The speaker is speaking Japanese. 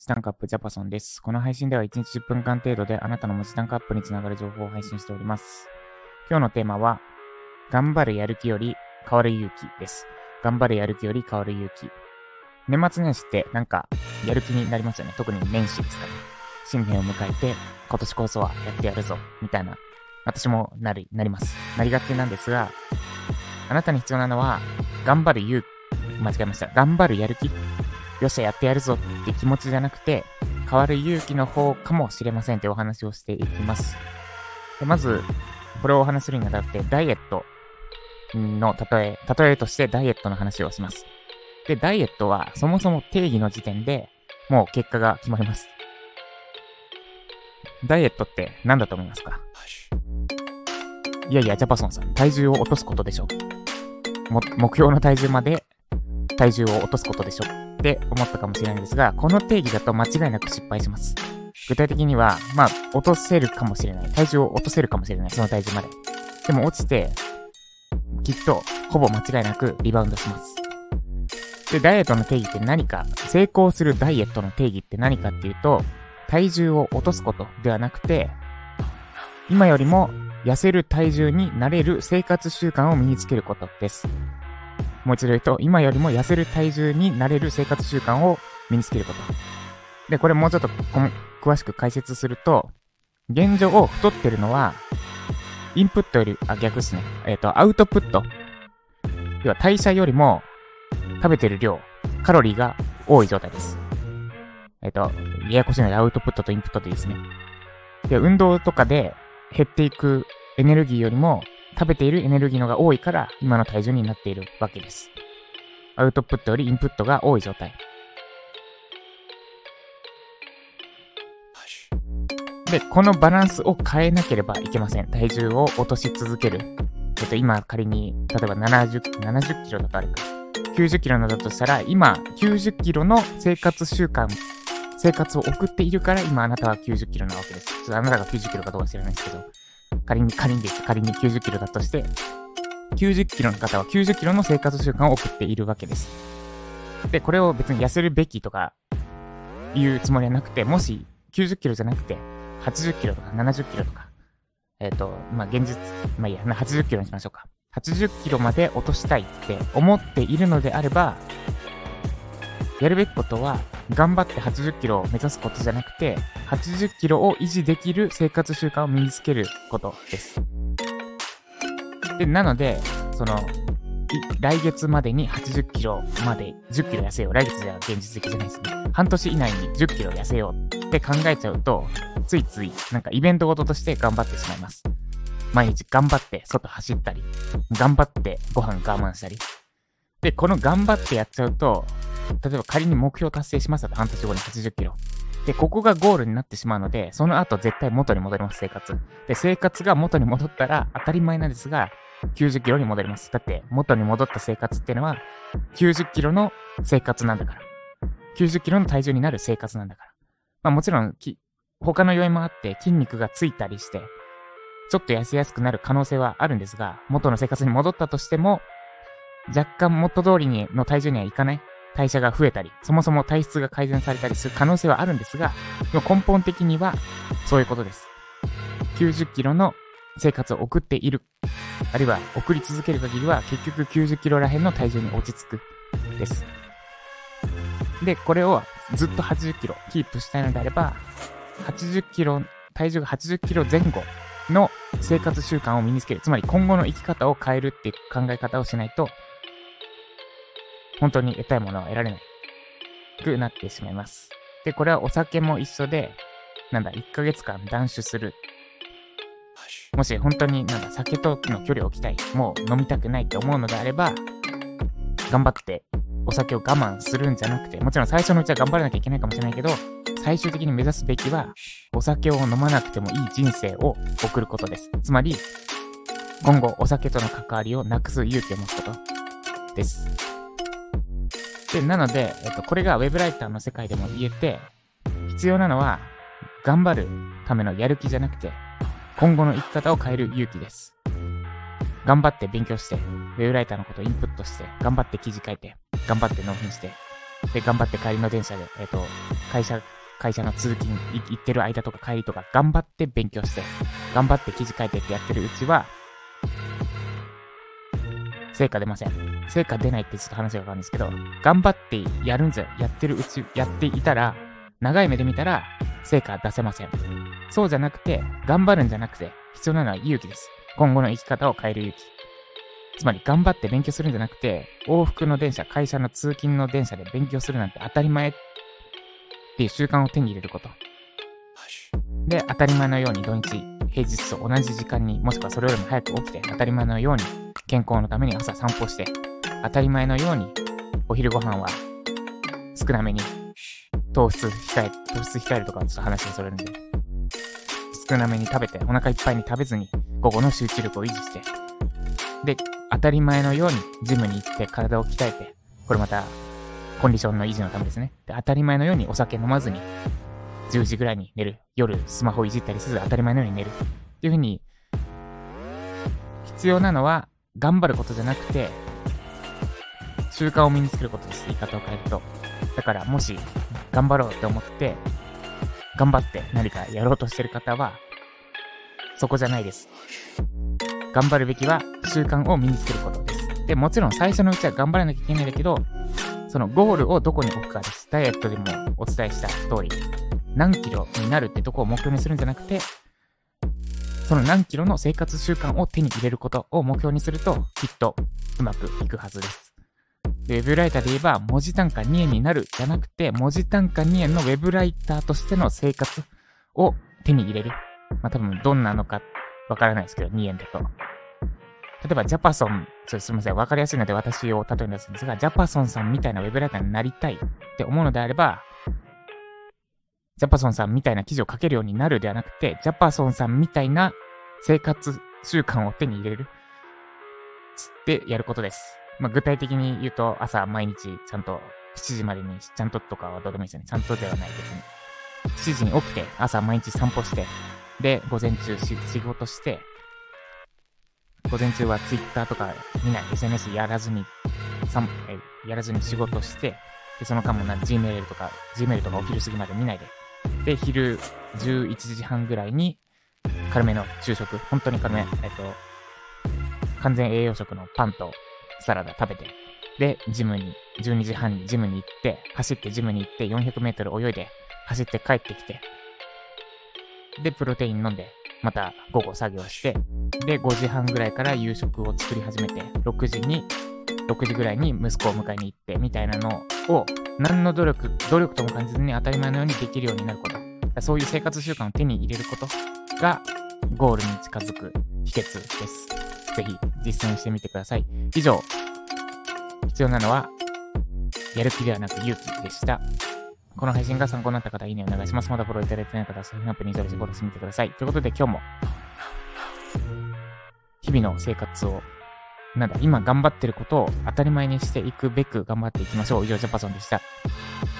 時短カップジャパソンです。この配信では1日10分間程度であなたの文字タンカップにつながる情報を配信しております。今日のテーマは、頑張るやる気より変わる勇気です。頑張るやる気より変わる勇気。年末年始ってなんかやる気になりますよね。特に年始ですかね。新年を迎えて今年こそはやってやるぞみたいな。私もなります。なりがちなんですが、あなたに必要なのは頑張るやる気。よっしゃやってやるぞって気持ちじゃなくて、変わる勇気の方かもしれませんってお話をしていきます。でまず、これをお話しするにあたって、ダイエットの例えとしてダイエットの話をします。で、ダイエットはそもそも定義の時点でもう結果が決まります。ダイエットって何だと思いますか？いやいや、ジャパソンさん、体重を落とすことでしょ。目標の体重まで体重を落とすことでしょって思ったかもしれないんですが、この定義だと間違いなく失敗します。具体的には、落とせるかもしれない。体重を落とせるかもしれない。その体重まで。でも落ちて、きっと、ほぼ間違いなくリバウンドします。で、ダイエットの定義って何か、成功するダイエットの定義って何かっていうと、体重を落とすことではなくて、今よりも痩せる体重になれる生活習慣を身につけることです。もう一度言うと、今よりも痩せる体重になれる生活習慣を身につけること。で、これもうちょっと詳しく解説すると、現状太ってるのは、インプットより、逆ですね。アウトプット。要は代謝よりも食べてる量、カロリーが多い状態です。ややこしいのでアウトプットとインプットでいいですね。で、運動とかで減っていくエネルギーよりも、食べているエネルギーのが多いから今の体重になっているわけです。アウトプットよりインプットが多い状態。で、このバランスを変えなければいけません。体重を落とし続ける。今仮に、例えば70キロだとあれか。90キロだとしたら、今90キロの生活を送っているから今あなたは90キロなわけです。あなたが90キロかどうか知らないですけど。仮に90キロだとして、90キロの方は90キロの生活習慣を送っているわけです。で、これを別に痩せるべきとか言うつもりはなくて、もし90キロじゃなくて、80キロとか70キロとか、現実、80キロにしましょうか。80キロまで落としたいって思っているのであれば、やるべきことは、頑張って80キロを目指すことじゃなくて、80キロを維持できる生活習慣を身につけることです。で、なので、来月までに80キロまで10キロ痩せよう。来月じゃ現実的じゃないですね。半年以内に10キロ痩せようって考えちゃうと、ついついイベントごととして頑張ってしまいます。毎日頑張って外走ったり、頑張ってご飯我慢したり。で、この頑張ってやっちゃうと、例えば仮に目標達成しましたと、半年後に80キロ。で、ここがゴールになってしまうので、その後絶対元に戻ります、生活。で、生活が元に戻ったら当たり前なんですが、90キロに戻ります。だって、元に戻った生活っていうのは、90キロの生活なんだから。90キロの体重になる生活なんだから。もちろん、他の要因もあって筋肉がついたりして、ちょっと痩せやすくなる可能性はあるんですが、元の生活に戻ったとしても、若干元通りの体重にはいかない。代謝が増えたり、そもそも体質が改善されたりする可能性はあるんですが、根本的にはそういうことです。90キロの生活を送っている、あるいは送り続ける限りは結局90キロらへんの体重に落ち着くです。で、これをずっと80キロキープしたいのであれば、80キロ、体重が80キロ前後の生活習慣を身につける。つまり今後の生き方を変えるっていう考え方をしないと、本当に得たいものは得られないくなってしまいます。で、これはお酒も一緒で、1ヶ月間断酒する。もし本当に酒との距離を置きたい、もう飲みたくないって思うのであれば、頑張ってお酒を我慢するんじゃなくて、もちろん最初のうちは頑張らなきゃいけないかもしれないけど、最終的に目指すべきは、お酒を飲まなくてもいい人生を送ることです。つまり、今後お酒との関わりをなくす勇気を持つことです。で、なので、これがウェブライターの世界でも言えて、必要なのは、頑張るためのやる気じゃなくて、今後の生き方を変える勇気です。頑張って勉強して、ウェブライターのことをインプットして、頑張って記事書いて、頑張って納品して、 で、頑張って帰りの電車で、会社の通勤行ってる間とか帰りとか、頑張って勉強して、頑張って記事書いてってやってるうちは、成果出ません。成果出ないってちょっと話が変わるんですけど、頑張ってやっていたら、長い目で見たら、成果出せません。そうじゃなくて、頑張るんじゃなくて、必要なのは勇気です。今後の生き方を変える勇気。つまり、頑張って勉強するんじゃなくて、往復の電車、会社の通勤の電車で勉強するなんて当たり前っていう習慣を手に入れること。で、当たり前のように土日、平日と同じ時間に、もしくはそれよりも早く起きて、当たり前のように健康のために朝散歩して、当たり前のようにお昼ご飯は少なめに糖質控えるとかちょっと話がそれるんで、少なめに食べて、お腹いっぱいに食べずに午後の集中力を維持して、で、当たり前のようにジムに行って体を鍛えて、これまたコンディションの維持のためですね。で、当たり前のようにお酒飲まずに10時ぐらいに寝る。夜スマホいじったりせず当たり前のように寝る。っていう風に、必要なのは頑張ることじゃなくて、習慣を身につけることです。言い方を変えると。だからもし頑張ろうと思って、頑張って何かやろうとしてる方は、そこじゃないです。頑張るべきは習慣を身につけることです。で、もちろん最初のうちは頑張らなきゃいけないんだけど、そのゴールをどこに置くかです。ダイエットでもお伝えした通り、何キロになるってとこを目標にするんじゃなくて、その何キロの生活習慣を手に入れることを目標にすると、きっとうまくいくはずです。で、ウェブライターで言えば、文字単価2円になるじゃなくて、文字単価2円のウェブライターとしての生活を手に入れる。まあ多分どんなのかわからないですけど、2円だと。例えば、ジャパソン、すみません、わかりやすいので私を例えに出すんですが、ジャパソンさんみたいなウェブライターになりたいって思うのであれば、ジャパソンさんみたいな記事を書けるようになるではなくて、ジャパソンさんみたいな生活習慣を手に入れるってやることです。まあ、具体的に言うと、朝毎日ちゃんと7時までに、ちゃんととかはどうでもいいですよね。ちゃんとではない別に。7時に起きて、朝毎日散歩して、で、午前中仕事して、午前中は Twitter とか見ない、SNS やらずに仕事して、で、その間もGmail とかお昼過ぎまで見ないで。で、昼11時半ぐらいに、軽めの昼食、本当に軽め、完全栄養食のパンとサラダ食べて、で、12時半にジムに行って、走ってジムに行って400メートル泳いで、走って帰ってきて、で、プロテイン飲んで、また午後作業して、で、5時半ぐらいから夕食を作り始めて、6時ぐらいに息子を迎えに行って、みたいなのを、何の努力とも感じずに当たり前のようにできるようになること。そういう生活習慣を手に入れることが、ゴールに近づく秘訣です。ぜひ実践してみてください。以上、必要なのは、やる気ではなく勇気でした。この配信が参考になった方、いいねお願いします。まだフォローいただいてない方は、サインアップにフォローしてみてください。ということで今日も、日々の生活を、今頑張ってることを当たり前にしていくべく頑張っていきましょう。以上、ジャパソンでした。